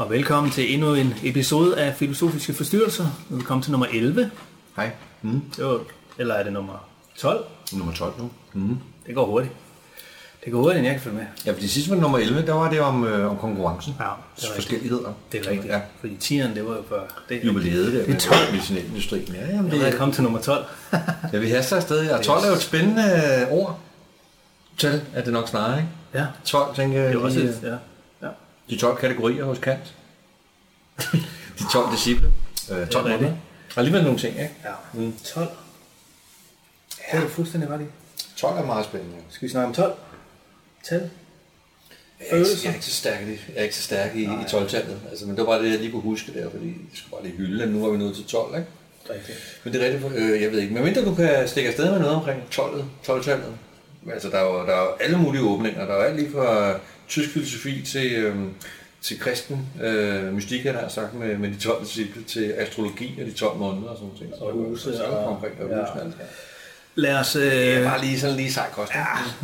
Og velkommen til endnu en episode af Filosofiske Forstyrrelser. Nu er vi kommet til nummer 11. Hej. Eller er det nummer 12? Nummer 12 nu. Det går hurtigt. Det går hurtigt, end jeg kan følge med. Ja, for de sidste var nummer 11, der var det om konkurrencen. Ja, det er forskelligheder. Det er rigtigt, ja. Fordi 10'eren, det var jo før. Jubilæet der. Det er 12. Medicinalindustrien. Ja, jamen, det er kommet til nummer 12. Ja, vi haster afsted. Ja. 12 er jo et spændende ord. Tal er det nok snarere, ikke? Ja. 12, tænker jeg. Det er også et, ja. De 12 kategorier hos Kant. De 12 disciple. 12 måneder. Og alligevel nogle ting, ikke? Ja. 12. Ja. Det er du fuldstændig ret i. 12 er meget spændende. Skal vi snakke om 12? Tal? Jeg er ikke så stærk i 12-tallet. Altså, men det var bare det, jeg lige kunne huske der, fordi jeg skulle bare lige hylde, at nu var vi nået til 12, ikke? Rigtigt. Men det er rigtigt, jeg ved ikke. Men mindre du kan stikke afsted med noget omkring 12-tallet. Altså, der er jo alle mulige åbninger. Der er alt lige fra tysk filosofi til kristen mystik, jeg har sagt, med de 12 disciple, til astrologi og de 12 måneder og sådan noget. Og huse og omkring husene. Lad os... Bare lige sådan lige sej kost.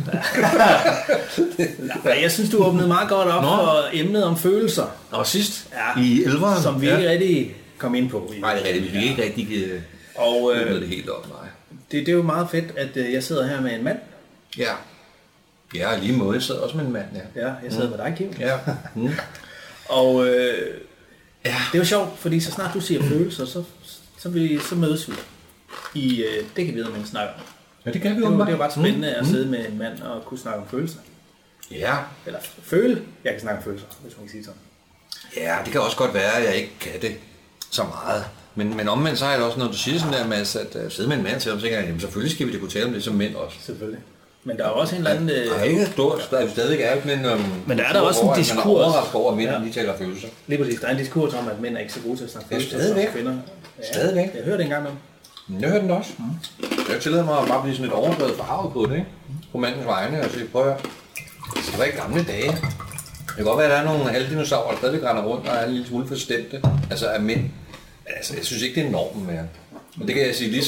Ja, jeg synes, du åbnede meget godt op for emnet om følelser. Og sidst i 11'eren. Som vi ikke rigtig kom ind på. Nej, det er rigtigt. Vi fik ikke rigtig åbnet det helt op, nej. Det er jo meget fedt, at jeg sidder her med en mand. Ja. Ja, lige måde. Jeg sidder også med en mand, ja. Ja, jeg sidder med dig, Kim. Ja. Og det er jo sjovt, fordi så snart du siger følelser, så mødes vi. Det kan vi med snakke om. Ja, det kan vi jo. Det er jo ret spændende at sidde med en mand og kunne snakke om følelser. Ja. Eller føle. Jeg kan snakke om følelser, hvis man kan sige sådan. Ja, det kan også godt være, at jeg ikke kan det så meget. Men omvendt så er det også, når du siger sådan der, Mads, at sidde med en mand til, så tænker jeg, jamen selvfølgelig skal vi det kunne tale om det som mænd også. Selvfølgelig. Men der er også en eller anden... Der er ikke stort, der er jo stadigvæk alt, men der er der også en diskurs. Man er overrasket over, at mænd lige taler følelser. Lige præcis, der er en diskurs om, at mænd er ikke så gode til at snakke følelser. Stadigvæk. Kvinder. Ja, stadigvæk. Jeg hører det engang om. Jeg hørte den også. Jeg tillader mig at bare blive sådan lidt overdrevet farvet på det, ikke? På mandens vegne, og sige, prøv at høre. Det var ikke gamle dage. Det kan godt være, at der er nogle halvdinosaurer, der stadig render rundt, og er en lille smule forstemte. Altså af mænd. Men altså, jeg synes ikke, det er normen mere. Og det kan jeg sige lige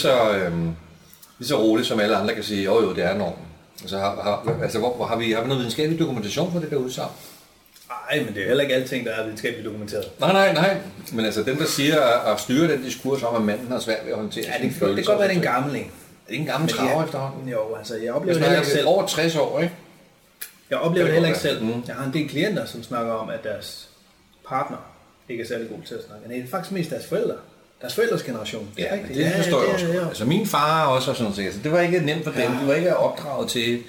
så roligt, som alle andre kan sige, jo, det er normen. Altså, har vi noget videnskabelig dokumentation for det der udsagn? Nej, men det er heller ikke alting, der er videnskabeligt dokumenteret. Nej. Men altså dem, der siger at styre den diskurs om, at manden har svært ved at håndtere sine følelser. Det kan godt være, det er en gammel en. Er det ikke en gammel traver efterhånden? Jo, altså jeg oplever det heller ikke selv. Over 60 år, ikke? Jeg oplever det heller ikke selv. Jeg har en del klienter, som snakker om, at deres partner ikke er særlig god til at snakke. Nej, det er faktisk mest deres forældre. Deres forældres generation. Ja, det forstår jeg også. Altså min far også sådan noget. Altså, det var ikke nemt for dem. De var ikke opdraget til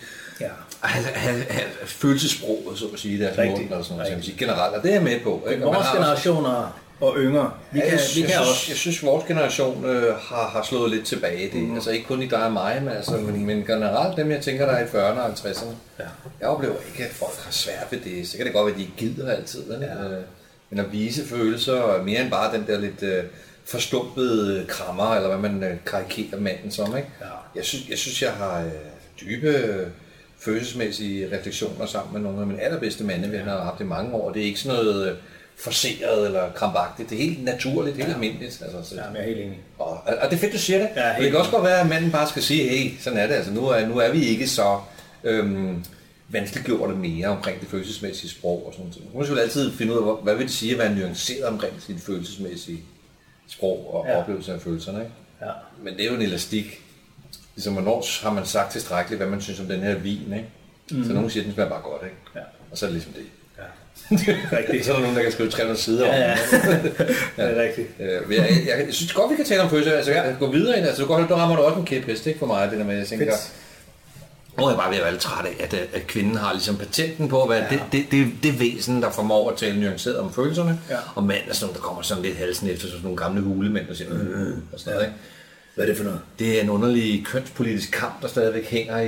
følelsesprog, så at sige, deres mund og sådan noget. Generelt, og det er jeg med på. Ikke? Vores generationer og yngre, jeg synes, vores generation har slået lidt tilbage. Det. Altså ikke kun i dig og mig, men generelt dem, jeg tænker, der er i 40'erne og 50'erne. Ja. Jeg oplever ikke, at folk har svært ved det. Så kan det godt være, at de ikke gider altid. Men at vise følelser, mere end bare den der lidt forstumpede krammer, eller hvad man karikerer manden som. Ikke? Ja. Jeg synes, jeg har dybe følelsesmæssige refleksioner sammen med nogle af mine allerbedste mandevenner, og har haft det mange år. Det er ikke sådan noget forceret eller krampagtigt. Det er helt naturligt, helt almindeligt. Altså, ja, jeg er helt enig. Og det er fedt, du siger det. Ja, det kan også godt være, at manden bare skal sige, hey, sådan er det. Altså, nu er vi ikke så vanskeliggjorte mere omkring det følelsesmæssige sprog og sådan noget. Nu må vi altid finde ud af, hvad vil det sige at være nuanceret omkring sit følelsesmæssige sprog og oplevelse af følelserne. Ikke? Ja. Men det er jo en elastik. Ligesom hvornår har man sagt tilstrækkeligt, hvad man synes om den her vin, ikke? Så nogen siger, den smager bare godt, ikke? Ja. Og så er det ligesom det. Rigtigt. Så er der nogen, der kan skrive 300 sider om det. Det er rigtigt. Jeg synes godt, vi kan tale om følelser. Altså, jeg gå videre ind. Altså, du rammer du også en kæphest, ikke for mig, det der med, jeg tænker... Nu er jeg bare ved at være lidt træt af, at kvinden har ligesom patenten på at være det væsen, der formår at tale nuanceret om følelserne. Ja. Og mand er sådan nogle, der kommer sådan lidt halsen efter sådan nogle gamle hulemænd, og siger og sådan noget, ikke? Hvad er det for noget? Det er en underlig kønspolitisk kamp, der stadigvæk hænger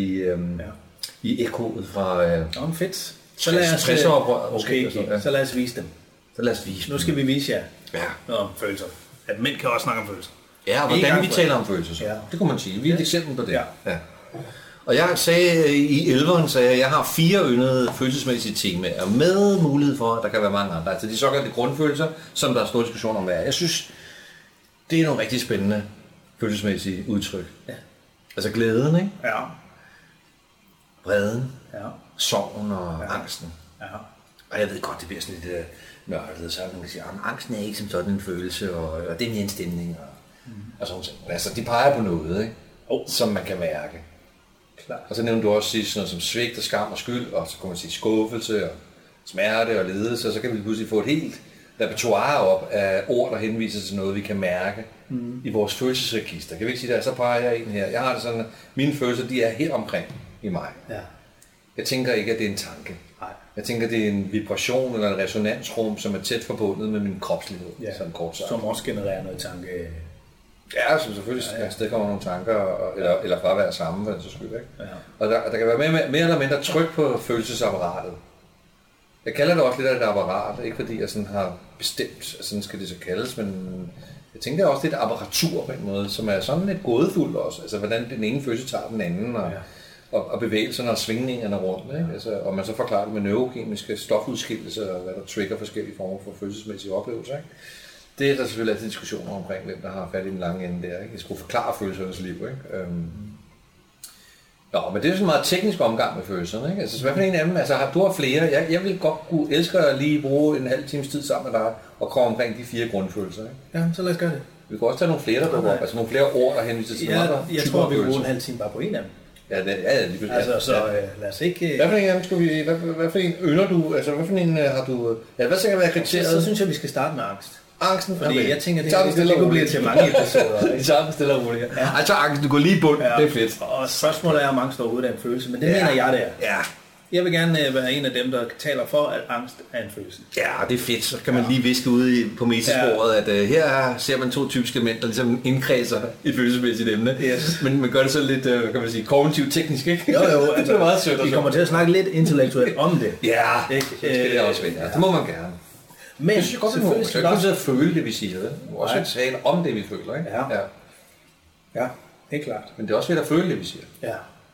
i ekkoet fra... fedt. Så lad os 60 år måske. Så lad os vise dem. Nu skal vi vise jer om følelser. At mænd kan også snakke om følelser. Ja, og hvordan vi taler om følelser. Så. Ja. Det kunne man sige. Vi er et eksempel på det. Ja. Og jeg sagde i 11'eren, at jeg har 4 yndede følelsesmæssige temaer med mulighed for, at der kan være mange andre. Altså de såkaldte grundfølelser, som der er stor diskussion om, hvad er. Jeg synes, det er nogle rigtig spændende følelsesmæssige udtryk. Ja. Altså glæden, ikke? Ja. Vreden. Ja. Sorgen og angsten. Ja. Og jeg ved godt, det bliver sådan mørket, så man kan sige, at angsten er ikke som sådan en følelse, og det er mere en stemning, og sådan ting. Altså, de peger på noget, ikke? Som man kan mærke. Klar. Og så nævnte du også sidst noget som svigt og skam og skyld, og så kan man sige skuffelse og smerte og lidelse, og så kan vi pludselig få et helt repertoire op af ord, der henviser til noget, vi kan mærke i vores følelsesregister. Kan vi ikke sige det? Så peger jeg en her. Jeg har det sådan, at mine følelser, de er helt omkring i mig. Ja. Jeg tænker ikke, at det er en tanke. Nej. Jeg tænker, at det er en vibration eller en resonansrum, som er tæt forbundet med min kropslighed. Ja. Sådan kort sagt. Som også genererer noget tanke. Ja, så selvfølgelig kommer nogle tanker, eller bare være sammen, for den så skyld, ikke? Ja. Og der kan være mere eller mindre tryk på følelsesapparatet. Jeg kalder det også lidt af et apparat, ikke fordi jeg sådan har bestemt, at sådan skal det så kaldes, men jeg tænker også lidt apparatur på en måde, som er sådan lidt gådefuldt også. Altså hvordan den ene følelse tager den anden, og bevægelserne og svingningerne rundt, ikke? Altså, og man så forklarer det med neurokemiske stofudskillelser, og hvad der trigger forskellige former for følelsesmæssige oplevelser, ikke? Det er der selvfølgelig altid diskussioner omkring, hvem der har fat i den lange ende der, ikke? Jeg skulle forklare følelsernes liv, ikke? Nå, men det er jo sådan en meget teknisk omgang med følelserne, ikke? Altså, så hvad for en af dem? Altså, du har flere. Jeg vil godt kunne elske at lige bruge en halv times tid sammen med dig og komme omkring de 4 grundfølelser, ikke? Ja, så lad os gøre det. Vi kan også tage nogle flere, der dukker op, altså nogle flere ord, der henviser til nogle andre. Jeg tror, vi vil bruge en halv time bare på en af dem. Ja, lige altså, så lad os ikke... Hvad for en af dem skal vi... Hvad for en ynder du? Altså, hvad for en har du... Ja, hvad skal være kriteriet? Så synes jeg, vi skal starte med angst. Angsten? Fordi okay. Jeg tænker, det kunne blive til mange episoder. De tager den stille og roligt. Ja. Altså angsten, du går lige i bund. Ja. Det er fedt. Og spørgsmålet er, om angst overhovedet er en følelse, men det mener jeg, det er. Ja. Jeg vil gerne være en af dem, der taler for, at angst er en følelse. Ja, det er fedt. Så kan man lige viske ud på metasporet, at her ser man 2 typiske elementer, der ligesom indkredser et følelsesmæssigt emne. Yes. Men man gør det så lidt, kan man sige, kognitivt teknisk, ikke? Jo, altså, det er meget sødt. Vi kommer til at snakke lidt intellektuelt om det. Ja, det skal det også være. Ja. Det må man gerne. Men det synes jeg godt, selvfølgelig skal man også føle det, vi siger. Det. Også tale om det, vi føler, ikke? Ja, helt klart. Men det er også fedt at føle det, vi siger. Ja.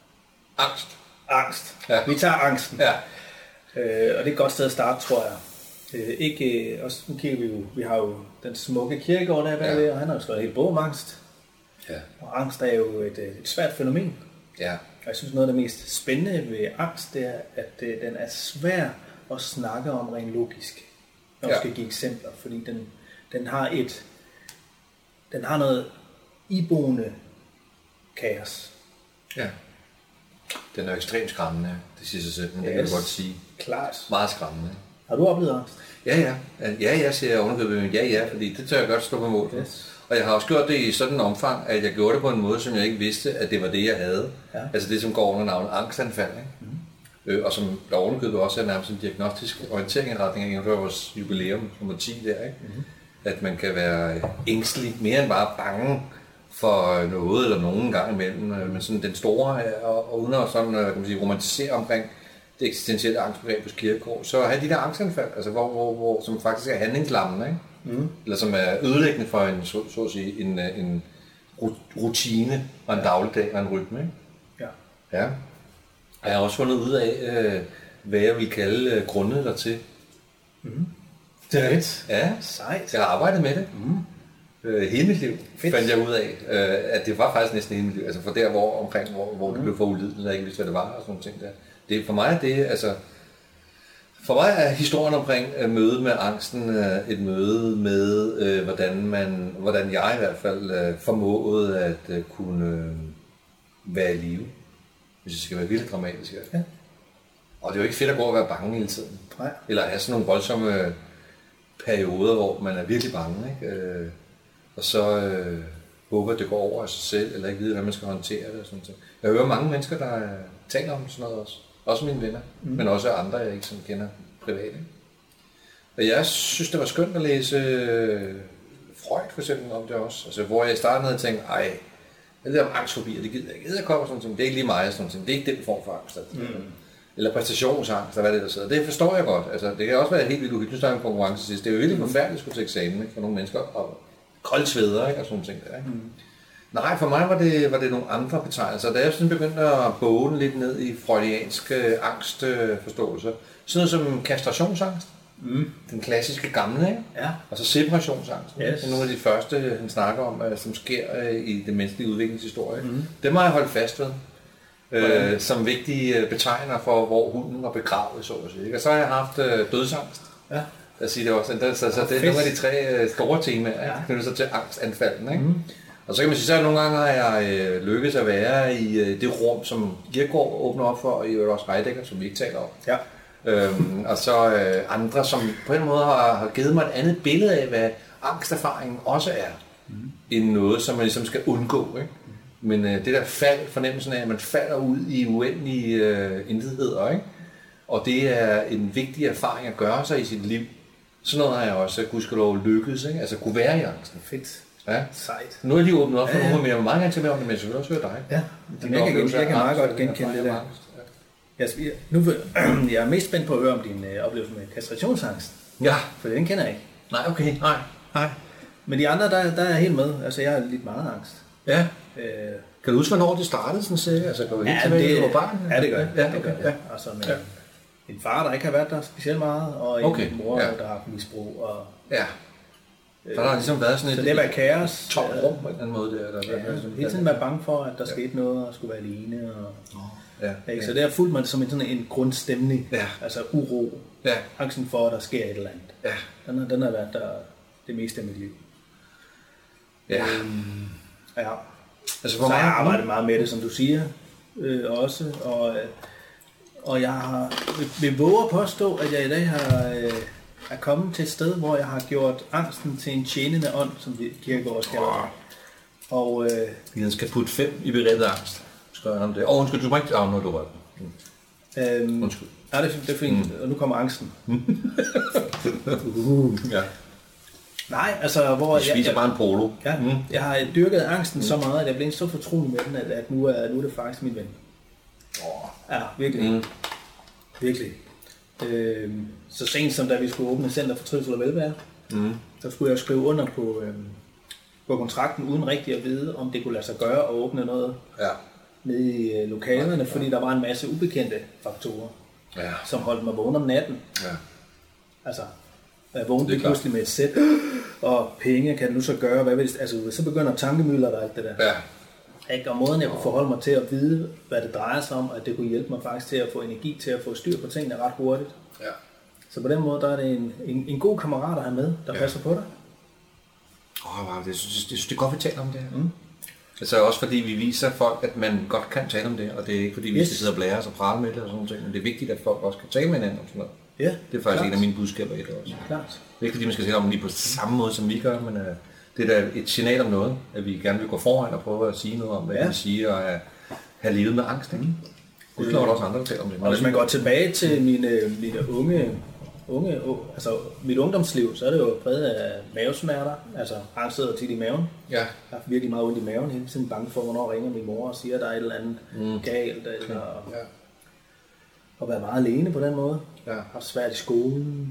Angst. Ja. Vi tager angsten. Ja. Og det er et godt sted at starte, tror jeg. Også nu kigger vi jo, vi har jo den smukke kirkegård der bagved, og han har jo skrevet en hel bog om angst. Ja. Og angst er jo et svært fænomen. Ja. Og jeg synes, noget af det mest spændende ved angst, det er, at den er svær at snakke om rent logisk. Jeg skal give eksempler, fordi den har noget iboende kaos. Ja. Den er jo ekstremt skræmmende, det siger sig selv, men det kan jeg godt sige. Klart. Meget skræmmende. Har du oplevet angst? Ja, jeg siger underkøbet, men ja, fordi det tør jeg godt stå på mål for. Yes. Og jeg har også gjort det i sådan en omfang, at jeg gjorde det på en måde, som jeg ikke vidste, at det var det, jeg havde. Ja. Altså det, som går under navnet angstanfald, ikke? Og som der ovenikøbet også er nærmest en diagnostisk orientering i retning af inden for vores jubilæum nummer 10 der, ikke? At man kan være ængstelig, mere end bare bange for noget eller nogen gang imellem, men sådan den store, og uden at sådan, kan man sige, romantisere omkring det eksistentielle angstbegreb på kirkegård, så har de der angstanfald, altså hvor som faktisk er handlingslammende, ikke? Eller som er ødelæggende for en, så at sige, en rutine og en dagligdag og en rytme, ikke? Ja. Og jeg har også fundet ud af, hvad jeg vil kalde grundet dertil. Det er rigtigt. Ja, sejt. Jeg har arbejdet med det. Hele mit liv fandt jeg ud af, at det var faktisk næsten hele mit liv. Altså for der, hvor det blev for ulideligt, og ikke vidste, hvad det var, og sådan nogle ting der. Det, for mig for mig er historien omkring mødet med angsten et møde med, hvordan jeg i hvert fald formåede at kunne være i live. Hvis det skal være vildt dramatisk. Ja. Og det er jo ikke fedt at gå og være bange hele tiden. Nej. Eller have sådan nogle voldsomme perioder, hvor man er virkelig bange, ikke? Og så håber, at det går over af sig selv, eller ikke vide, hvordan man skal håndtere det. Og sådan noget. Jeg hører mange mennesker, der taler om sådan noget også. Også mine venner, men også andre, jeg ikke sådan kender privat. Ikke? Og jeg synes, det var skønt at læse Freud for eksempel om det også. Altså, hvor jeg i starten havde tænkt, det der om angstfobi, det gider jeg ikke. Det er ikke lige mig, sådan noget. Det er ikke den form for angst. Eller præstationsangst, hvad det der sidder. Det forstår jeg godt. Altså, det kan også være helt vildt uhyggeligt, når der er en konkurrence sidst. Det er jo virkelig forfærdeligt at skulle til eksamen, ikke? For nogle mennesker, og koldsveder, ikke? Og sådan ting der, ikke? Nej, for mig var det nogle andre betegnelser. Da jeg sådan begyndte at boge lidt ned i freudiansk angstforståelse, sådan noget som kastrationsangst, den klassiske gamle, ikke? Ja. Og så separationsangst. Yes. Det er nogle af de første, han snakker om, som sker i den menneskelige udviklingshistorie. Dem har jeg holdt fast ved. Som vigtige betegner for, hvor hunden var begravet, så at sige. Og så har jeg haft dødsangst. Ja. Jeg siger det også. Så det er nogle af de 3 store temaer, knyttet sig til angstanfaldene. Ikke? Og så kan man sige, at nogle gange har jeg lykkes at være i det rum, som Kierkegaard åbner op for, og i øvrigt også Heidegger, som vi ikke taler om. Ja. Og så andre, som på en måde har givet mig et andet billede af, hvad angsterfaringen også er, end noget, som man ligesom skal undgå. Ikke? Men det der fald, fornemmelsen af, at man falder ud i uendelige intetheder, ikke? Og det er en vigtig erfaring at gøre sig i sit liv. Sådan noget har jeg også, gudskelov, lykkes, ikke? Altså kunne være i angsten. Fedt. Ja. Sejt. Nu er jeg lige åbnet op for nogle mere. Meget gerne til mere om det, men jeg vil også høre dig. Ja, jeg kan meget godt genkende det der. Jeg er mest spændt på at høre om din oplevelse med kastrationsangst. Ja. For den kender jeg ikke. Nej, okay. Nej. Men de andre, der er jeg helt med. Altså, jeg har lidt meget angst. Ja. Kan du huske, hvornår det startede, sådan set? Altså, går vi helt tilbage, til du var barn? Ja, det gør jeg. Ja, det gør jeg. Altså, med en far, der ikke har været der specielt meget, og en mor, der har haft misbrug. Og, der har ligesom været sådan et... Så det var kaos. Tomt rum på en eller anden måde. Der, hele tiden være bange for, at der skete noget, og skulle være alene. Og, så der fulgte man som sådan en grundstemning. Ja. Altså uro. Ja. Angsten for, at der sker et eller andet. Ja. Den har været der det meste af mit liv. Ja. Altså, så jeg har arbejdet meget med det, som du siger, også. Og jeg vil våge at påstå, at jeg i dag er kommet til et sted, hvor jeg har gjort angsten til en tjenende ånd, som Kierkegaard også kalder det. Og den skal putte 5 i begrebet angst. Skal jeg om det? Undskyld, du må ikke når du var. Undskyld. Ja, det er fint. Og nu kommer angsten. Ja. Nej, altså hvor jeg spiser bare en polo. Ja, jeg har dyrket angsten så meget, at jeg blev så fortrolig med den, at nu er det faktisk min ven. Ja, virkelig. Virkelig. Så sent som da vi skulle åbne Center for Trivsel og Velvære, så skulle jeg skrive under på kontrakten uden rigtig at vide, om det kunne lade sig gøre at åbne noget nede i lokalerne, fordi der var en masse ubekendte faktorer, som holdt mig vågen om natten. Ja. Altså, jeg vågnede pludselig med et sæt, og penge kan du nu så gøre, hvad vil det? Altså, så begynder tankemøller og alt det der. Ja. Og måden jeg kunne forholde mig til at vide, hvad det drejer sig om, at det kunne hjælpe mig faktisk til at få energi til at få styr på tingene ret hurtigt. Ja. Så på den måde, der er det en god kammerat at have med, der passer på dig. Wow, det synes det er godt, vi taler om det her. Altså også fordi vi viser folk, at man godt kan tale om det, og det er ikke fordi vi skal sidde og blære os og prale med det og sådan noget, men det er vigtigt, at folk også kan tale med hinanden om sådan noget. Ja, det er faktisk en af mine budskaber i det også. Klart. Det er ikke fordi man skal tale om det lige på samme måde, som vi gør, men det er da et signal om noget, at vi gerne vil gå foran og prøve at sige noget om, hvad vi siger, og have levet med angst. Ikke? Det er også andre, der taler om det. Og hvis man går tilbage til mine unge, altså mit ungdomsliv, så er det jo præget af mavesmerter, altså angst sidder tit i maven. Ja. Jeg har virkelig meget ondt i maven, hele tiden bange for, hvornår ringer min mor og siger, at der er et eller andet galt, eller og være meget alene på den måde. Ja. Har svært i skolen.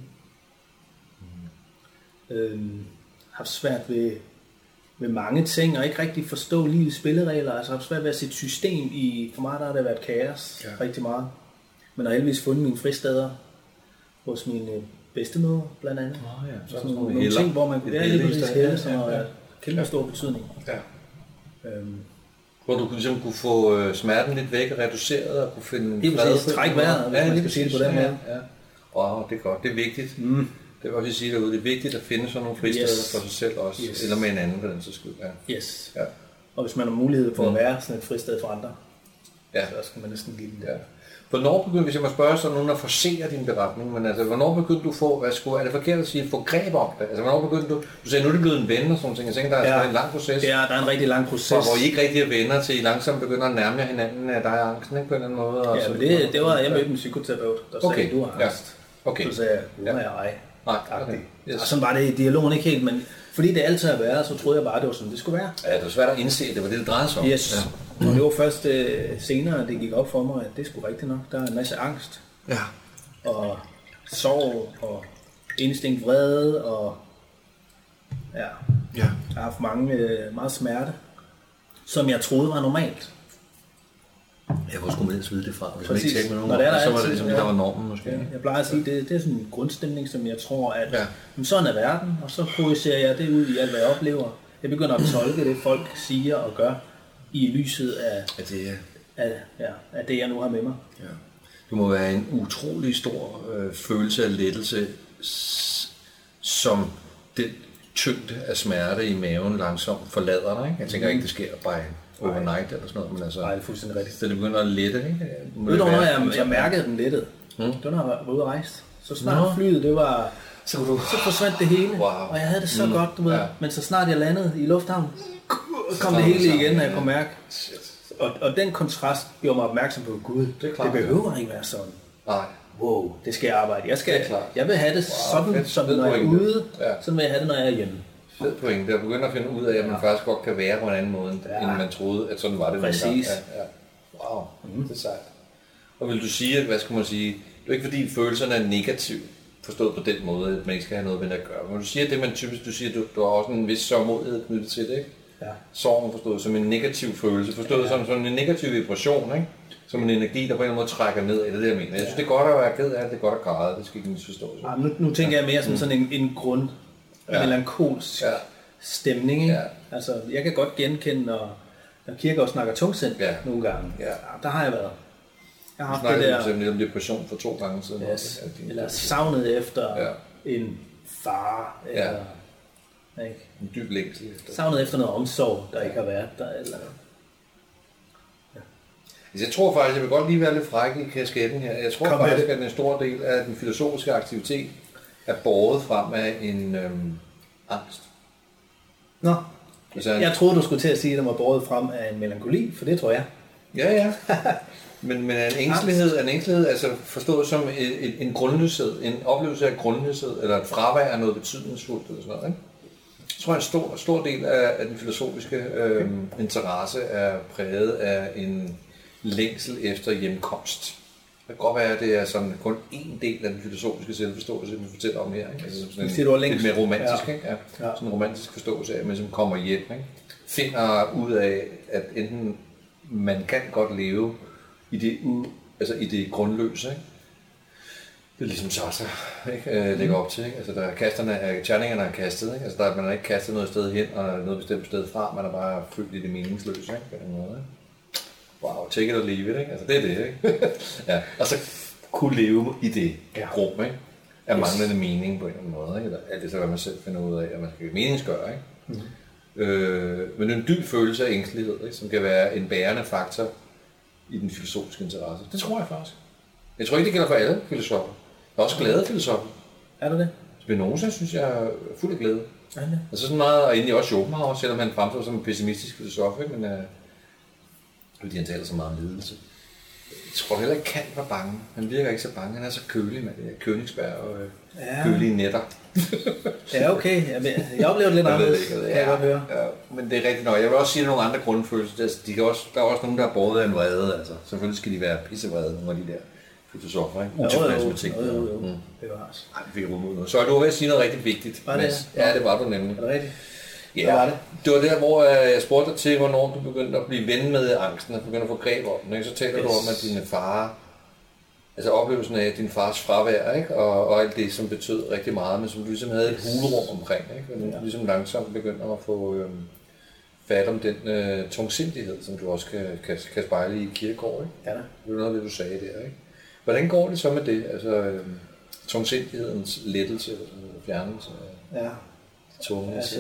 Har svært ved mange ting, og ikke rigtig forstå livets spilleregler. Altså har svært ved at sætte system i. For mig der har det været kaos rigtig meget. Men har heldigvis fundet mine fristader hos mine bedstemødre, blandt andet. Så sådan nogle ting, hvor man kunne være lidt hælde, som har kæmpe stor betydning. Ja. Hvor du ligesom kunne få smerten lidt væk og reduceret og kunne finde fred. Træk vejret, hvis man skal sige det på den måde. Ja. Wow, det er godt. Det er vigtigt. Det vil også sige derude. Det er vigtigt at finde sådan nogle fristeder for sig selv også, eller med en anden på den så skyld. Ja. Yes. Ja. Og hvis man har mulighed for at være sådan et fristed for andre, så skal man næsten give den der. Hvornår begyndte, hvis jeg må spørge så nogen at forsere din beretning, men altså, hvornår begyndte du få, er det forkert at sige, få greb om det? Altså, hvornår begyndte du sagde, nu er det blevet en ven og sådan ting. Jeg tænker, der er en lang proces. Ja, der er en rigtig lang proces. Hvor I ikke rigtig er venner, til I langsomt begynder at nærme jer hinanden af dig og angsten, ikke, på en eller anden måde. Og ja, men det var, jeg mødte en psykoterapeut, der sagde, du har angst. Okay. Så sagde jeg, nu er jeg ej. Okay. Yes. Og sådan var det i dialogen ikke helt, men fordi det altid har været, så troede jeg bare, det var sådan, det skulle være. Ja, det var svært at indse, det var det drejede sig om. Yes. Ja. Og det var først senere, det gik op for mig, at det skulle rigtigt nok. Der er en masse angst. Ja. Og sorg, og instinkt vrede, og jeg har haft meget smerte, som jeg troede var normalt. Ja, hvor skulle man ellers vide det fra? Hvis man ikke talte med nogen, så var det ligesom det, der var normen måske. Ja, jeg plejer at sige, det er sådan en grundstemning, som jeg tror, at sådan er verden, og så projicerer jeg det ud i alt, hvad jeg oplever. Jeg begynder at tolke det, folk siger og gør, i lyset af det, jeg nu har med mig. Ja. Det må være en utrolig stor følelse af lettelse som den tyngde af smerte i maven langsomt forlader dig, ikke? Jeg tænker ikke, det sker bare overnight eller sådan noget, men altså... Nej, det er fuldstændig rigtigt. Så det begynder at lette, ikke? Ved du, når jeg mærkede den lettede? Det var, når jeg var ude at rejse. Så snart flyet, det var... Så forsvandt det hele, og jeg havde det så godt, du ved. Men så snart jeg landede i lufthavnen, kom det hele igen, og jeg kunne mærke. Og den kontrast gjorde mig opmærksom på, Gud, det behøver ikke være sådan. Nej. Wow, det skal jeg arbejde. Jeg vil have det sådan, som når jeg er ude, sådan vil jeg have det, når jeg er hjemme. Fed pointe. Jeg begynder at finde ud af, at man faktisk godt kan være på en anden måde, end man troede, at sådan var det. Præcis. Wow, det er sejt. Og vil du sige, at, hvad skal man sige, det er ikke fordi følelserne er negative, forstået på den måde, at man ikke skal have noget med det at gøre. Men du siger det, man typisk, du siger, du har også en vis sørgmodighed knyttet til det, ikke? Ja. Sorgen forstået som en negativ følelse, forstået som en negativ vibration, ikke? Som en energi, der på en eller anden måde trækker ned, eller det jeg mener. Jeg synes, det er godt at være ked af, det er godt at græde, det skal ikke misforstås. Ja, nu tænker jeg mere som sådan en grund, melankolsk stemning, ikke? Ja. Altså, jeg kan godt genkende, når Kierkegaard snakker tungsind nogle gange. Ja. Der har jeg været. Jeg har haft det der... simpelthen om depression for 2 gange siden. Yes. Eller savnet efter en far, eller... Ikke? En dyb længsel efter. Savnet efter noget omsorg, der ikke har været der, eller... Jeg tror faktisk, jeg vil godt lige være lidt fræk i kasketten her. Jeg tror faktisk, at en stor del af den filosofiske aktivitet er båret frem af en angst. Nå, jeg troede, du skulle til at sige, at den var båret frem af en melankoli, for det tror jeg. Ja. Men en ængstelighed, altså forstået som en grundløshed, en oplevelse af grundløshed, eller et fravær af noget betydningsfuldt, eller sådan noget, ikke? Jeg tror, en stor del af den filosofiske interesse er præget af en længsel efter hjemkomst. Det kan godt være, at det er sådan kun en del af den filosofiske selvforståelse, vi fortæller om her. Ikke? Altså sådan lidt mere romantisk, ikke? Ja. Sådan en romantisk forståelse af, at man som kommer hjem, ikke? Finder ud af, at enten man kan godt leve i det grundløse, ikke? Det er ligesom Sartre, ikke? Lægger op til, ikke? Altså terningerne er kastet, ikke? Altså man har ikke kastet noget sted hen og noget bestemt sted fra, man er bare fyldt i det meningsløse, ikke? På den måde, ikke? Wow, take it or leave it, ikke? Altså det er det, ikke? Ja. Og så kunne leve i det rum, ikke? Af manglende mening på en eller anden måde, ikke? Eller alt det så, hvad man selv finder ud af, at man skal meningsgøre, ikke? Men en dyb følelse af ængstelighed, ikke? Som kan være en bærende faktor i den filosofiske interesse. Det tror jeg faktisk. Jeg tror ikke, det gælder for alle filosofer. Der er også glade filosofer. Er der det? Spinoza synes jeg er fuld af glæde. Altså sådan meget, og egentlig også Schopenhauer, selvom han fremstår som en pessimistisk filosof, ikke? Men fordi han taler så meget om lidelse. Jeg tror heller ikke, Kant var bange. Han virker ikke så bange. Han er så kølig med det. Königsberg og kølige nætter. Ja, okay. Jeg oplever det lidt anderledes. Kan jeg godt høre. Ja, men det er rigtigt nok. Jeg vil også sige, at nogle andre grundfølelser. Der er også nogen, der er båret af en vrede. Altså. Selvfølgelig skal de være pissevrede, nogle af de der filosofer. Ikke? Jo. Det var også. Ej, vi fik rummet noget. Så du var ved at sige noget rigtig vigtigt. Var det? Ja, det var du nemlig. Er det rigtigt? Ja, det var der, hvor jeg spurgte dig til, hvornår du begyndte at blive ven med angsten og begyndte at få greb om den. Ikke? Så taler du om, at dine far, altså oplevelsen af din fars fravær, ikke? Og alt det, som betød rigtig meget, men som du ligesom havde et hulrum omkring. Ikke? Og du ligesom langsomt begyndte at få fat om den tungsindighed, som du også kan spejle i Kierkegaard. Ikke? Ja. Det var noget af det, du sagde der. Ikke? Hvordan går det så med det? Altså tungsindighedens lettelse eller fjernelse? Ja. Altså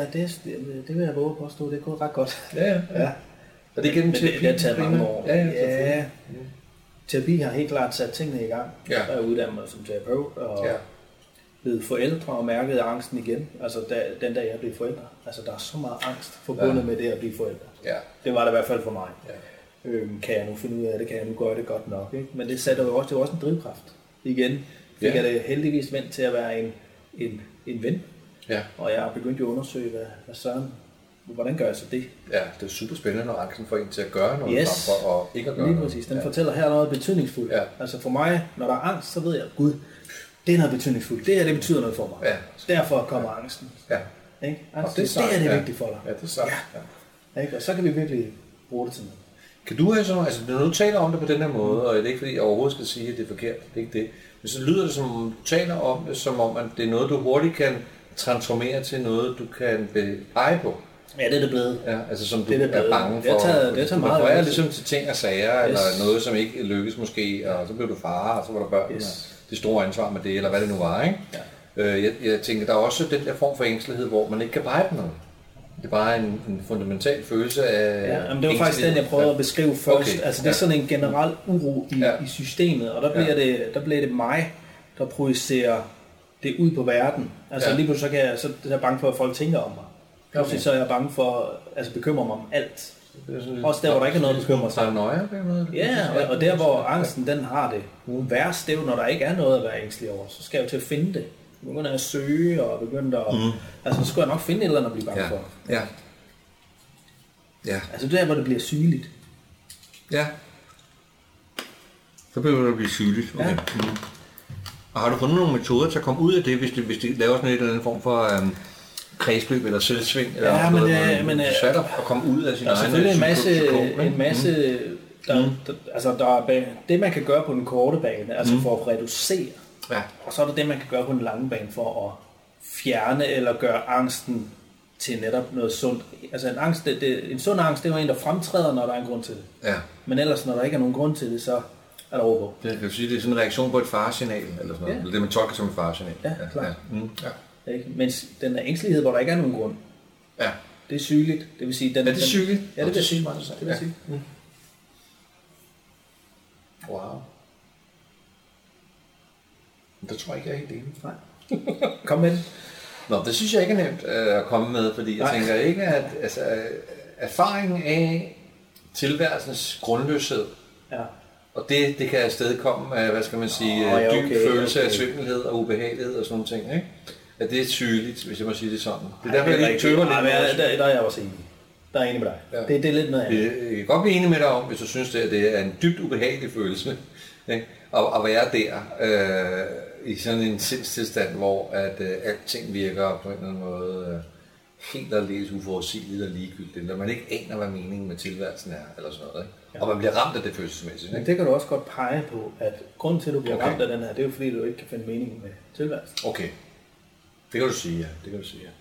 det vil jeg våge at påstå, det er gået ret godt. Ja. Og det er gennem terapi? Det har taget mange år. Ja. Terapi har helt klart sat tingene i gang. Jeg er uddannet mig som terapeut og blevet forældre og mærket angsten igen. Altså den dag jeg blev forældre. Altså der er så meget angst forbundet med det at blive forældre. Ja. Det var det i hvert fald for mig. Ja. Kan jeg nu finde ud af det? Kan jeg nu gøre det godt nok? Ikke? Men det satte jo også en drivkraft. Igen fik jeg det heldigvis vendt til at være en ven. Ja. Og jeg begyndte jo at undersøge, hvordan gør jeg så det? Ja, det er super spændende, når angsten får en til at gøre noget, frem for at ikke at gøre noget. Lige præcis. Den fortæller her noget betydningsfuldt. Ja. Altså for mig, når der er angst, så ved jeg, Gud, det er noget betydningsfuldt. Det her, det betyder noget for mig. Ja. Derfor kommer angsten. Ja. Ikke? Altså, det er vigtigt for dig. Ja, det er sagt. Ja. Ikke? Og så kan vi virkelig bruge det til noget. Kan du have sådan, altså når du taler om det på den her måde, og det er ikke fordi jeg overhovedet skal sige, at det er forkert, det er ikke det, men så lyder det som om, du taler om det, som om, at det er noget, du hurtigt kan transformere til noget, du kan pege på. Ja, det er det blevet. Ja, altså som du er bange for. Det tager meget. Du refererer ligesom til ting og sager, eller noget, som ikke lykkes måske, og så blev du far, og så var der børn, og det store ansvar med det, eller hvad det nu var, ikke? Ja. Jeg tænker, der er også den der form for ængstelighed, hvor man ikke kan pege på noget. Det er bare en fundamental følelse af... Ja, men det var faktisk den, jeg prøvede at beskrive først. Okay. Altså det er sådan en generel uro i systemet, og der bliver det mig, der projicerer det ud på verden. Altså lige pludselig så er jeg bange for, at folk tænker om mig. Pludselig så er jeg bange for, altså bekymre mig om alt. Også der, hvor der ikke er noget, der bekymrer sig. Ja, og der, hvor angsten den har det værst, det er jo, når der ikke er noget at være ængstelig over. Så skal jeg jo til at finde det. Jeg begynder at søge, og begynder at... Altså, så skulle jeg nok finde et eller andet at blive bange for. Ja. Altså, det er, hvor det bliver sygeligt. Ja. Så begynder det at blive sygeligt. Okay. Ja. Og har du fundet nogle metoder til at komme ud af det, hvis de laver sådan et eller andet form for kredsløb eller selvsving? Ja, men det er svært at komme ud af sin egen... Der er selvfølgelig en masse det, man kan gøre på den korte bane, altså for at reducere. Ja. Og så er der det, man kan gøre på den lange bane for at fjerne eller gøre angsten til netop noget sundt. Altså en sund angst, det er jo en, der fremtræder, når der er en grund til det. Ja. Men ellers, når der ikke er nogen grund til det, så er der overgå. Det kan sige, det er sådan en reaktion på et faresignal, eller sådan noget. Eller det, man tolker som et faresignal. Ja, klart. Ja. Mens den er ængstelighed, hvor der ikke er nogen grund. Ja. Det er sygeligt. Det vil sige, er det sygeligt? Ja, det vil sige meget. Det vil sige. Wow. Det tror jeg ikke, jeg er helt enig. Nej. Kom med det. Nå, det synes jeg ikke er nemt at komme med, fordi jeg tænker ikke, at erfaringen af tilværelsens grundløshed, og det kan afstedkomme af, hvad skal man sige, dyb følelse af svimmelhed og ubehagelighed og sådan nogle ting, ikke? At det er sygeligt, hvis jeg må sige det sådan. Det er derfor, jeg lige tøver lidt. Der er jeg også enig. Der er enig med dig. Ja. Det er lidt noget andet. Jeg kan godt blive enig med dig om, hvis du synes, det er en dybt ubehagelig følelse, ikke? At være der i sådan en sindstilstand, hvor at alting virker på en eller anden måde helt aldeles uforudsigeligt og ligegyldigt, eller man ikke aner, hvad meningen med tilværelsen er, eller sådan noget, ikke? Ja. Og man bliver ramt af det følelsesmæssigt. Men det kan du også godt pege på, at grunden til, at du bliver ramt af den her, det er jo fordi, du ikke kan finde mening med tilværelsen. Okay. Det kan du sige, ja. Det kan du sige, ja.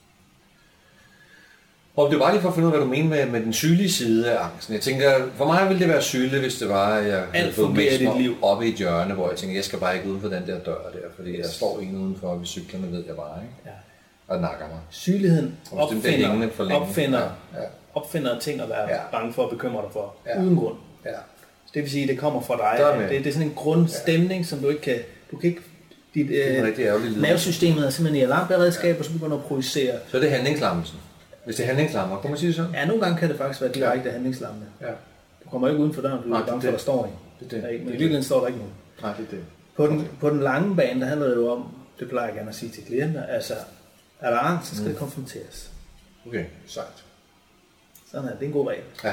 Og det var lige for at finde ud af, hvad du mener med den sygelige side af angsten. Jeg tænker, for mig ville det være sygeligt, hvis det var, at jeg havde fået mest mig oppe i et hjørne, hvor jeg tænker, jeg skal bare ikke uden for den der dør der, fordi jeg står ikke udenfor ved cyklerne, ved jeg bare, ikke? Ja. Og nakker mig. Sygeligheden opfinder ting at være bange for at bekymre dig for, uden grund. Ja. Det vil sige, at det kommer fra dig. Det er sådan en grundstemning, som du ikke kan... Dit nervesystemet er simpelthen i alarmberedskab, og så begynder at projicere. Så er det handlingslammelsen. Hvis det er handlingslammer, kan man sige det sådan? Ja, nogle gange kan det faktisk være direkte handlingslammende. Ja. Du kommer ikke uden for døren, du er bange for, at der står en. Men i virkeligheden står der ikke nogen. Nej, det er det. På den lange bane, der handler det jo om, det plejer jeg gerne at sige til klienter, altså, er der angst, så skal det konfronteres. Okay, sagt. Sådan er det. Det er en god regel. Ja.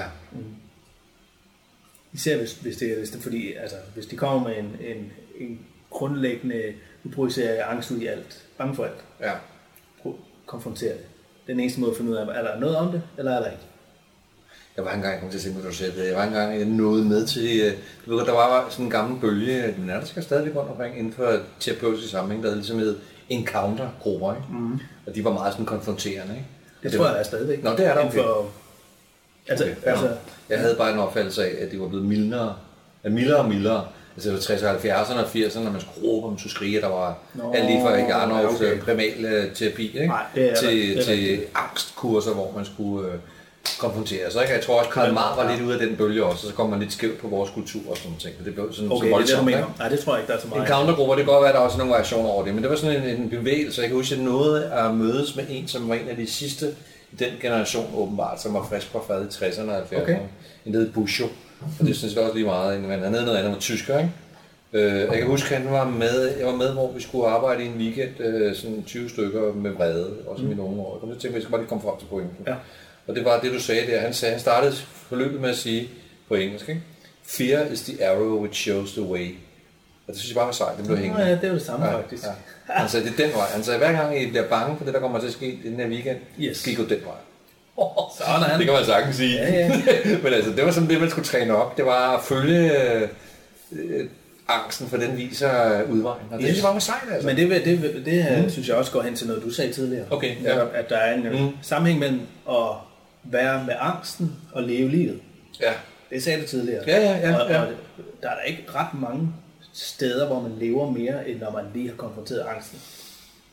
Især hvis det fordi, altså, hvis de kommer med en grundlæggende, du projicerer angst ud i alt, bange for alt. Ja. Konfrontere det. Den eneste måde at finde ud af, er der noget om det, eller er der ikke? Jeg var engang, jeg kom til at se, hvad du sagde det. Jeg var engang nået med til, du ved, der var sådan en gammel bølge, men der skal stadigvæk rundt omkring inden for terapeutisk sammenhæng, der ligesom hed encounter-grupper, ikke? Mm. Og de var meget sådan konfronterende, ikke? Det tror jeg er stadigvæk. Nå, det er der okay. Altså, jeg havde bare en opfattelse af, at det var blevet mildere og mildere. Altså det var 60'erne, 70'erne og 80'erne, når man skulle råbe, man skulle skrige, der var alt lige fra Jarnovs primal terapi, ikke? Nej, til angstkurser, hvor man skulle konfrontere sig. Jeg tror også, Karl Marx var lidt ude af den bølge også, og så kom man lidt skævt på vores kultur og sådan ting. Det blev sådan så voldsomt. Nej, det tror jeg ikke, der er så meget. En countergrupper, det kan godt være, at der er også nogle variationer over det, men det var sådan en bevægelse. Jeg kan huske, at noget at mødes med en, som var en af de sidste i den generation åbenbart, som var frisk på fad i 60'erne og 70'erne. Okay. En hed Buscho. Og det synes jeg også lige meget, han havde noget andet med tysker, ikke? Jeg kan huske, at jeg var med, hvor vi skulle arbejde i en weekend, sådan 20 stykker med vrede, også i nogle år. Og det tænkte jeg skal bare lige komme frem til pointen. Ja. Og det var det, du sagde der. Han startede forløbet med at sige på engelsk, ikke? Fear is the arrow which shows the way. Og det synes jeg bare var sejt, det blev hængende. Ja, det er jo det samme faktisk. Ja. Han sagde, det er den vej. Han sagde, hver gang I bliver bange for det, der kommer til at ske i den her weekend, skal I gå den vej. Det kan man sagtens sige. Ja. Men altså, det var sådan det, man skulle træne op. Det var at følge angsten, for den viser udvejen. Og det synes jeg bare var sejt, altså. Men det synes jeg også går hen til noget, du sagde tidligere. Okay, ja. At der er en sammenhæng mellem at være med angsten og leve livet. Ja. Det sagde du tidligere. Ja. Og der er der ikke ret mange steder, hvor man lever mere, end når man lige har konfronteret angsten.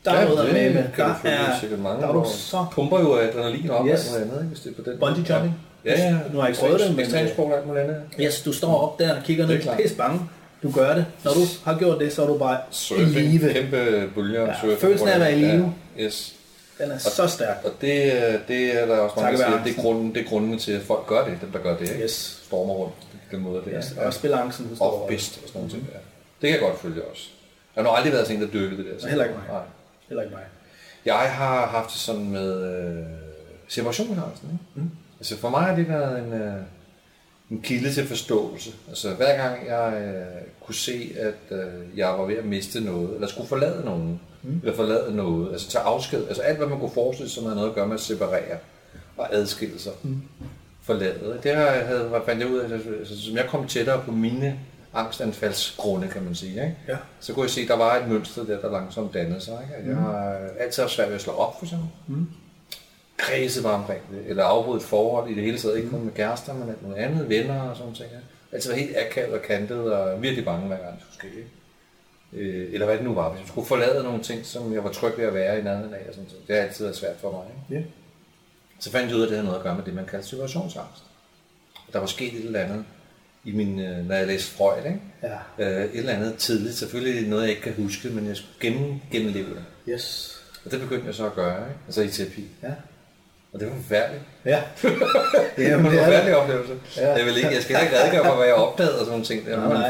Der er noget med. Der er du så... Pumper jo adrenalin op og noget andet, hvis det er på den. Bungee jumping. Ja. Nu har jeg ikke prøvet det, men... Ekstremsport og alt muligt andet. Yes, du står op der og kigger ned, pis bange. Du gør det. Når du har gjort det, så er du bare i live. Kæmpe bølger. Ja, følelsen af at være i live. Ja. Yes. Den er så stærk. Og det er der også mange, der siger, det er grunden til, at folk gør det, dem der gør det, ikke? Yes. Stormer rundt den måde der. Yes. Og spiller angsten. Og bedst og sådan noget. Ja. Det kan jeg godt følge også. Jeg har nog aldrig været sådan en, der dyrkede det der. Så. Heller ikke mig. Nej. Heller ikke mig. Jeg har haft det sådan med separationsangsten, ikke? Altså for mig har det været en kilde til forståelse. Altså hver gang jeg kunne se, at jeg var ved at miste noget, eller skulle forlade nogen, eller forlade noget, altså tage afsked, altså alt hvad man kunne forestille sig, havde noget at gøre med at separere og adskille sig, forlade. Det fandt jeg ud af, altså, som jeg kom tættere på mine angstanfaldsgrunde, kan man sige, ikke? Ja. Så kunne jeg se, at der var et mønster der langsomt dannede sig. Ikke? Jeg har altid haft svært ved at slå op, for eksempel. Kredse var omkring det, eller afbrudt et forhold i det hele taget, ikke kun med kærester, men alt muligt andet, venner og sådan ting. Altså var helt akavet og kantet og virkelig bange hver gang jeg skulle ske. Eller hvad det nu var, hvis jeg skulle forlade nogle ting, som jeg var tryg ved at være i nærheden af. Og sådan ting. Det har altid været svært for mig. Ikke? Yeah. Så fandt jeg ud af, at det havde noget at gøre med det, man kalder situationsangst. Der var sket et eller andet, når jeg læste Freud, ikke? Ja. Et eller andet tidligt, selvfølgelig noget jeg ikke kan huske, men jeg skulle gennemleve det. Yes. Og det begyndte jeg så at gøre, ikke? Altså i terapi. Ja. Og det var forfærdeligt. Ja. Det var en forfærdelig oplevelse. Ja. Jeg skal ikke redegøre for, hvad jeg opdagede og sådan ting.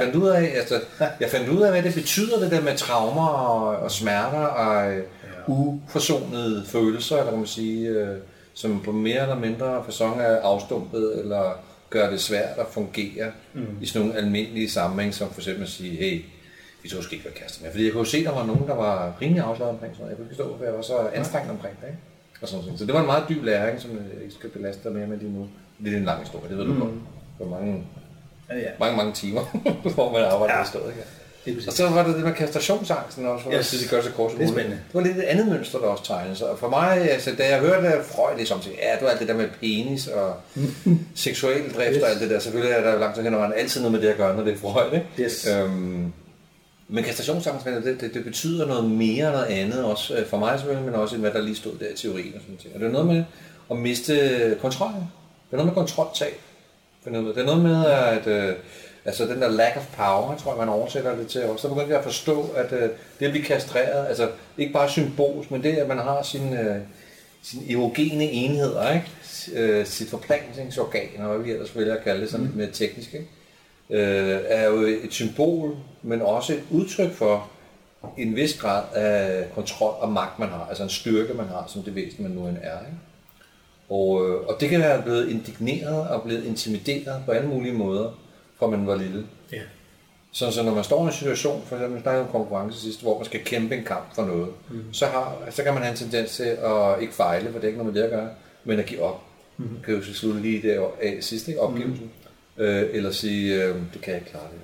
Jeg fandt ud af, hvad det betyder, det der med traumer og smerter og uforsonede følelser, eller kan man sige, som på mere eller mindre facon er afstumpet, eller gør det svært at fungere i sådan nogle almindelige sammenhæng, som for eksempel at sige, hey, vi to skal ikke være kærester mere. Fordi jeg kunne se, at der var nogen, der var rimelig afslaget omkring sådan noget. Jeg kunne ikke forstå, hvorfor jeg var så anstrengt omkring det, ikke? Og sådan noget. Så det var en meget dyb læring, som jeg ikke skal belaste dig mere med lige nu. Det er en lang historie, det ved du godt. For mange timer, hvor man arbejder i stedet, ikke? Og så var det med kastrationsangsten også, hvor jeg synes, det gør sig kort. Det er spændende. Det var lidt et andet mønster, der også tegnede sig. Og for mig, altså, da jeg hørte Freud, det som siger, ja, det var alt det der med penis og seksuel drift og alt det der. Selvfølgelig er der jo langt hen ad altid noget med det at gøre, når det er Freud, ikke? Yes. Men kastrationsangst, det betyder noget mere noget andet, også for mig selvfølgelig, men også hvad der lige stod der i teorien og sådan noget. Og det er noget med at miste kontrollen. Det er noget med kontroltab. Det er noget med, at altså den der lack of power, tror jeg, man oversætter det til også. Så begyndte jeg at forstå, at det at blive kastreret, altså ikke bare symbolisk, men det, at man har sine erogene enheder, ikke? Sit forplantningsorgan, og hvad vi ellers vælger at kalde det, sådan lidt mere teknisk, ikke? Er jo et symbol, men også et udtryk for en vis grad af kontrol og magt, man har. Altså en styrke, man har, som det væsen, man nu end er. Ikke? Og det kan være blevet indigneret og blevet intimideret på alle mulige måder, fra man var lille. Yeah. Så når man står i en situation, for eksempel der er en konkurrence sidst, hvor man skal kæmpe en kamp for noget, så kan man have en tendens til at ikke fejle, for det er ikke noget med det at gøre, men at give op. Kan jo så slutte lige der af sidst, ikke? Opgivelsen. Eller sige, det kan jeg ikke klare det.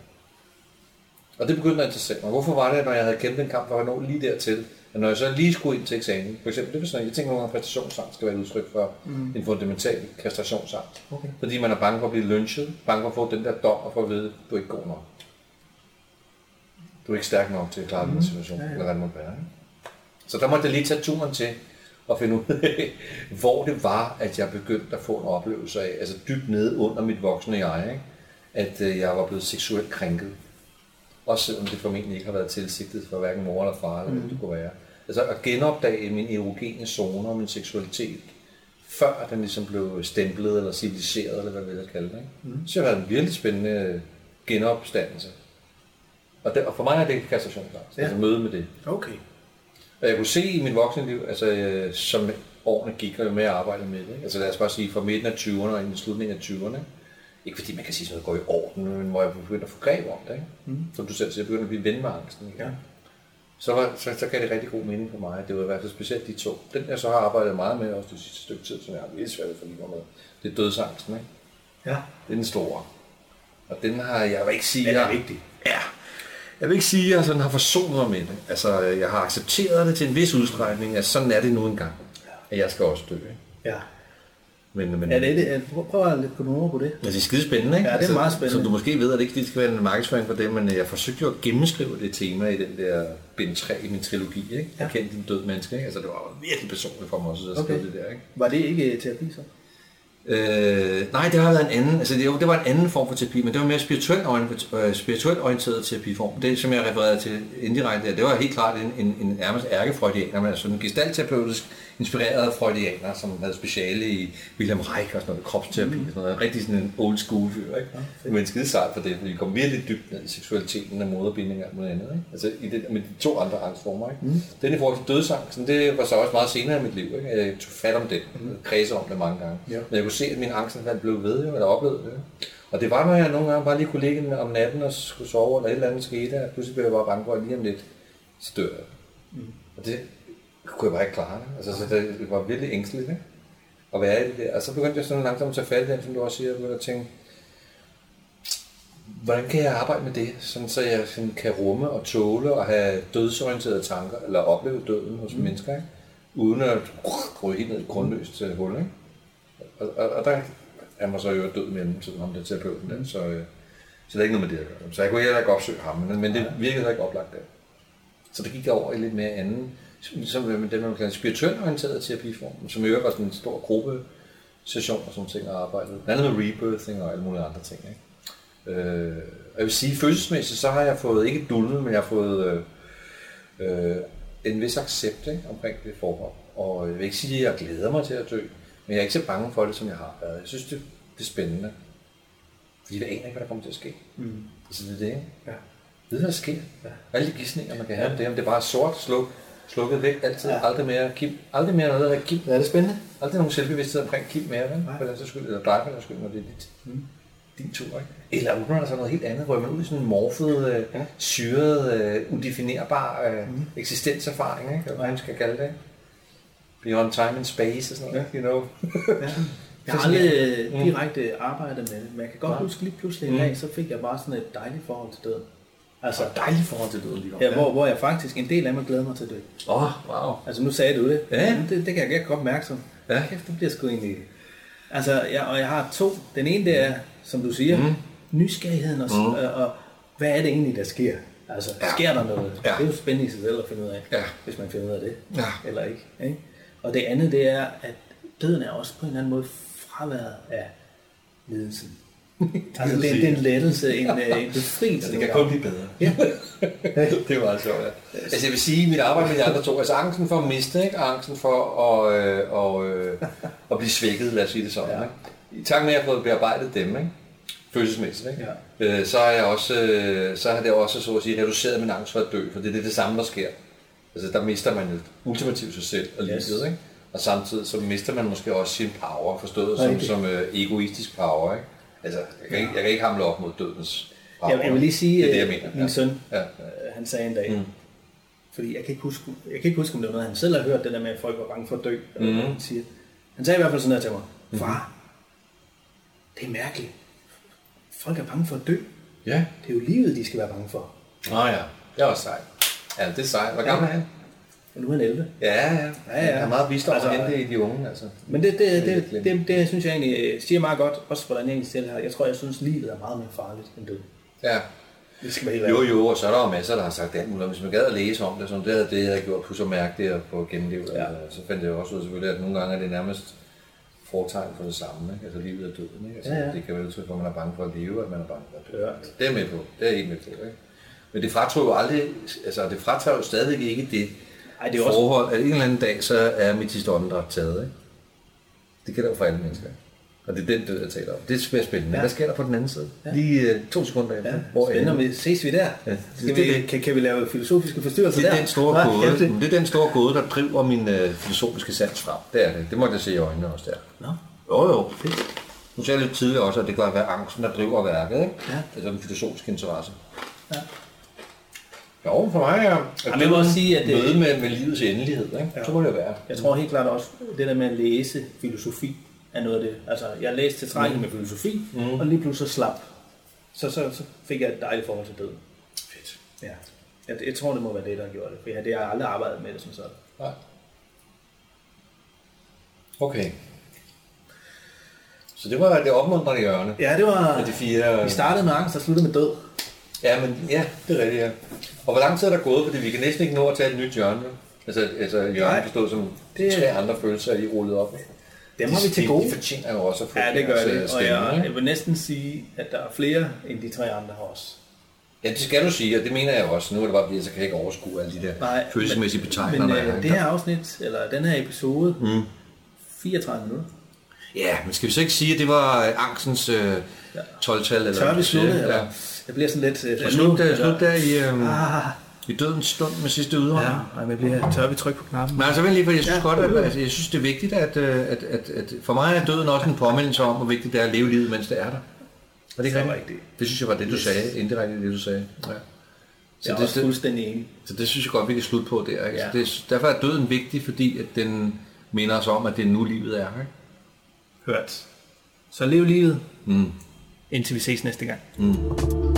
Og det begyndte at interessere mig. Hvorfor var det, når jeg havde kæmpet en kamp, for at nå lige dertil, at når jeg så lige skulle ind til eksamen, for eksempel, det var sådan, jeg tænker, at præstationsangst skal være et udtryk for en fundamental kastrationsangst. Okay. Fordi man er bange for at blive lynchet, bange for at få den der dom, og for at vide, at du er ikke god nok. Du er ikke stærk nok til at klare den situation, eller hvad det måtte være. Så der måtte jeg lige tage turen til og finde ud af, hvor det var, at jeg begyndte at få en oplevelse af, altså dybt nede under mit voksne jeg, ikke? At jeg var blevet seksuelt krænket. Også selvom det formentlig ikke har været tilsigtet for hverken mor eller far, eller hvad det kunne være. Altså at genopdage min erogene zoner og min seksualitet, før den ligesom blev stemplet eller civiliseret, eller hvad vi vil kalde det. Ikke? Så det har været en virkelig spændende genopstandelse. Og for mig er det kastrationsangst, altså møde med det. Okay. Og jeg kunne se i min voksne liv, altså som årene gik, og med at arbejde med det. Ikke? Altså lad os bare sige, fra midten af 20'erne og i slutningen af 20'erne. Ikke fordi man kan sige, at noget går i orden, men hvor jeg begyndte at få greb om det. Ikke? Som du selv siger, jeg begyndte at blive ven med angsten. Ikke? Ja. Så gav det rigtig god mening for mig. Det var i hvert fald specielt de to. Den jeg så har arbejdet meget med, også det sidste stykke tid, som jeg har virkelig svært ved at forlige mig med. Det er dødsangsten. Ikke? Ja. Det er den store. Og den har jeg vil ikke sige... Den er vigtig. Ja. Jeg vil ikke sige, at jeg sådan har forsonet mig med det. Altså, jeg har accepteret det til en vis udstrækning, at sådan er det nu engang. At jeg skal også dø. Ikke? Ja. Men prøv at lidt på nogle ord på det. Ja, det er skidespændende, ikke? Ja, det er meget spændende. Som du måske ved, at det ikke skal være en markedsføring for det, men jeg forsøgte jo at gennemskrive det tema i den der bind 3 i min trilogi, ikke? Jeg kendte din død menneske, ikke? Altså det var virkelig personligt for mig også at skrive det der, ikke? Var det ikke terapi så? Nej, det har været en anden, altså det var en anden form for terapi, men det var mere spirituelt orienteret terapiform. Det, som jeg refererede til indirekte, det var helt klart en nærmest ærkefreudianer, men altså en gestaltterapeutisk inspireret freudianer, som havde speciale i Wilhelm Reich og sådan noget, kropsterapi og sådan noget. Rigtig sådan en old school fyr, ikke? Men skide sejt for det, fordi vi kom virkelig dybt ned i seksualiteten af moderbindinger og noget andet, ikke? Altså i det, med de 2 andre angstformer, ikke? Den i forhold til dødsangsten, det var så også meget senere i mit liv, ikke? Jeg tog fat om det, kredser om det mange gange. Ja. Men jeg kunne se, at min angstanfald blev ved, eller oplevede det. Og det var, når jeg nogle gange bare lige kunne ligge om natten og skulle sove, eller et eller andet skete, at pludselig blev jeg bare bange for, at lige om lidt så dør jeg. Og det kunne jeg bare ikke klare det. Altså, så det var virkelig ængsteligt, ikke? At være i det der. Og så begyndte jeg sådan langsomt at tage fat i den, som du også siger, og begyndte at tænke, hvordan kan jeg arbejde med det, sådan, så jeg sådan, kan rumme og tåle og have dødsorienterede tanker, eller opleve døden hos mennesker, ikke? Uden at gå helt ned i et grundløst hul, ikke? Og der er man så jo død med mellemtiden, ham der terapeuten der, så det er ikke noget med det at gøre. Så jeg kunne heller ikke opsøge ham, men det virkede ikke oplagt der. Så det gik jeg over i lidt mere anden, som den man kalder spirituelt orienteret terapiform, som jo var sådan en stor gruppe sessioner, som ting har arbejdet. Blandt andet med rebirthing og alle mulige andre ting, ikke? Jeg vil sige, følelsesmæssigt, så har jeg fået, ikke dulmet, men jeg har fået en vis accept, ikke, omkring det forhold. Og jeg vil ikke sige, at jeg glæder mig til at dø, men jeg er ikke så bange for det, som jeg har været. Jeg synes, det er spændende. Fordi jeg aner ikke, hvad der kommer til at ske. Altså det er det, ikke? Ja. Ved hvad der sker? Ja. Alle de gidsninger, man kan have om det, om det bare er sort, slukket væk, altid, aldrig mere Kim. Aldrig mere noget af Kim. Ja, det er spændende. Aldrig nogen selvbevidsthed omkring Kim mere, vel? For den så skyld, eller dig for den skyld, når det er din tur, ikke? Eller udrunder der så noget helt andet, hvor man ud i sådan en morfet, syret, udefinerbar eksistenserfaring, ikke? Hvad man skal kalde det, ikke? Beyond time and space og sådan noget, you know. Jeg har aldrig direkte arbejdet med det, men jeg kan godt huske lige pludselig en dag, så fik jeg bare sådan et dejligt forhold til døden. Altså et dejligt forhold til døden lige om. Ja, hvor jeg faktisk, en del af mig glæder mig til at dø. Wow. Altså nu sagde du det. Ja. Det kan jeg godt mærke som. Ja. Kæft, det bliver sgu egentlig. Altså, jeg har 2. Den ene, det er, som du siger, nysgerrigheden og hvad er det egentlig, der sker? Altså, sker der noget? Ja. Det er jo spændende i sig selv at finde ud af, hvis man finder ud af det, eller ikke? Og det andet, det er, at døden er også på en eller anden måde fraværet af lidelsen. Altså, det er en lettelse, en befrielse. Det kan kun blive bedre. Ja. Det er meget sjovt, ja. Altså jeg vil sige, mit arbejde med de andre 2, altså angsten for at miste, ikke? Angsten for at blive svækket, lad os sige det sådan, ikke? I takt med, at jeg har fået bearbejdet dem, ikke? Følelsesmæssigt, ikke? Ja. Så har det også så at sige reduceret min angst for at dø, for det er det samme, der sker. Altså der mister man et ultimativt sig selv og livet, ikke? Og samtidig så mister man måske også sin power, forstået som egoistisk power, ikke? Altså, jeg kan ikke hamle op mod dødens power. Jeg vil lige sige, det er det, jeg mener. Min søn, han sagde en dag, fordi jeg kan ikke huske, om det var noget, han selv har hørt, det der med, at folk var bange for at dø. Han sagde i hvert fald sådan her til mig, far, det er mærkeligt. Folk er bange for at dø. Ja. Det er jo livet, de skal være bange for. Ja, det er også sejt. Ja, det er sejt. Hvor gammel er han? Nu er han 11. Ja. Han er meget visdom at hente i de unge, altså. Men det synes jeg egentlig siger meget godt, også hvordan jeg egentlig selv har. Jeg synes, livet er meget mere farligt end død. Ja. Det skal være helt jo, og så er der jo masser, der har sagt alt muligt. Hvis man gad at læse om det, så det havde jeg gjort, plus at mærke det og på gennemlevet. Ja. Så fandt jeg også ud selvfølgelig, at nogle gange er det nærmest fortegn for det samme, ikke? Altså livet er døden, ikke? Altså, det kan være udtryk for, at man er bange for at leve, at man er bange for at dø. Ja. Det er med på. Det er helt med på, ikke? Men det fratager jo aldrig, altså det fratager jo stadig ikke det. Ej, det er forhold, også... at en eller anden dag, så er mit sidste åndedræt taget, ikke? Det gælder jo for alle mennesker. Og det er den død, jeg taler om. Det er spændende. Hvad sker der på den anden side? Lige 2 sekunder efter. Spændende. Ses vi der? Ja. Kan vi lave filosofiske forstyrrelser der? Det er den store gåde, der driver min filosofiske sans frem. Det er det. Det må jeg se i øjnene også der. Jo. Nu sagde jeg lidt tidligere også, at det kan være angsten, der driver værket, ikke? Ja. Det er den filosofiske interesse. Ja. Jo, for mig jeg må også sige, at møde med livets endelighed, ikke? Ja. Så må det være. Jeg tror helt klart også, det der med at læse filosofi er noget af det. Altså, jeg læste til træning med filosofi, og lige pludselig slap. Så fik jeg et dejligt forhold til døden. Fedt. Ja. Jeg tror, det må være det, der har gjort det. For det har jeg aldrig arbejdet med det som sådan. Nej. Okay. Så det var det opmuntrende hjørne. Ja, det var... De 4... Vi startede med angst og sluttede med død. Ja, men ja, det er rigtigt, ja. Og hvor lang tid er der gået, fordi vi kan næsten ikke nå at tage et nyt hjørne. Altså hjørne forstået som det... 3 andre følelser, I rullet op. Dem har vi til gode. De fortjener jo også at få. Ja, det gør det. Og jeg vil næsten sige, at der er flere end de 3 andre her også. Ja, det skal du sige, og det mener jeg også. Nu er det bare fordi, så kan jeg ikke overskue alle de der følelsesmæssige betegnelser. Men det her afsnit, eller den her episode, 34 minutter. Ja, men skal vi så ikke sige, at det var angstens 12-tal? Eller tør vi slutte? Eller? Jeg bliver sådan lidt... Slut der i dødens stund med sidste udhold. Ja, men tør vi trykke på knappen? Men altså, lige, for jeg synes godt, at jeg synes, det er vigtigt, at for mig er døden også en påmindelse om, hvor vigtigt det er at leve livet, mens det er der. Og det er rigtigt. Det synes jeg var det, du sagde. Indirekte det, du sagde. Ja. Så jeg er også fuldstændig enig. Så det synes jeg godt, vi kan slutte på der. Ikke? Ja. Derfor er døden vigtig, fordi at den minder os om, at det er nu livet er. Ikke? Hørt. Så lev livet, indtil vi ses næste gang.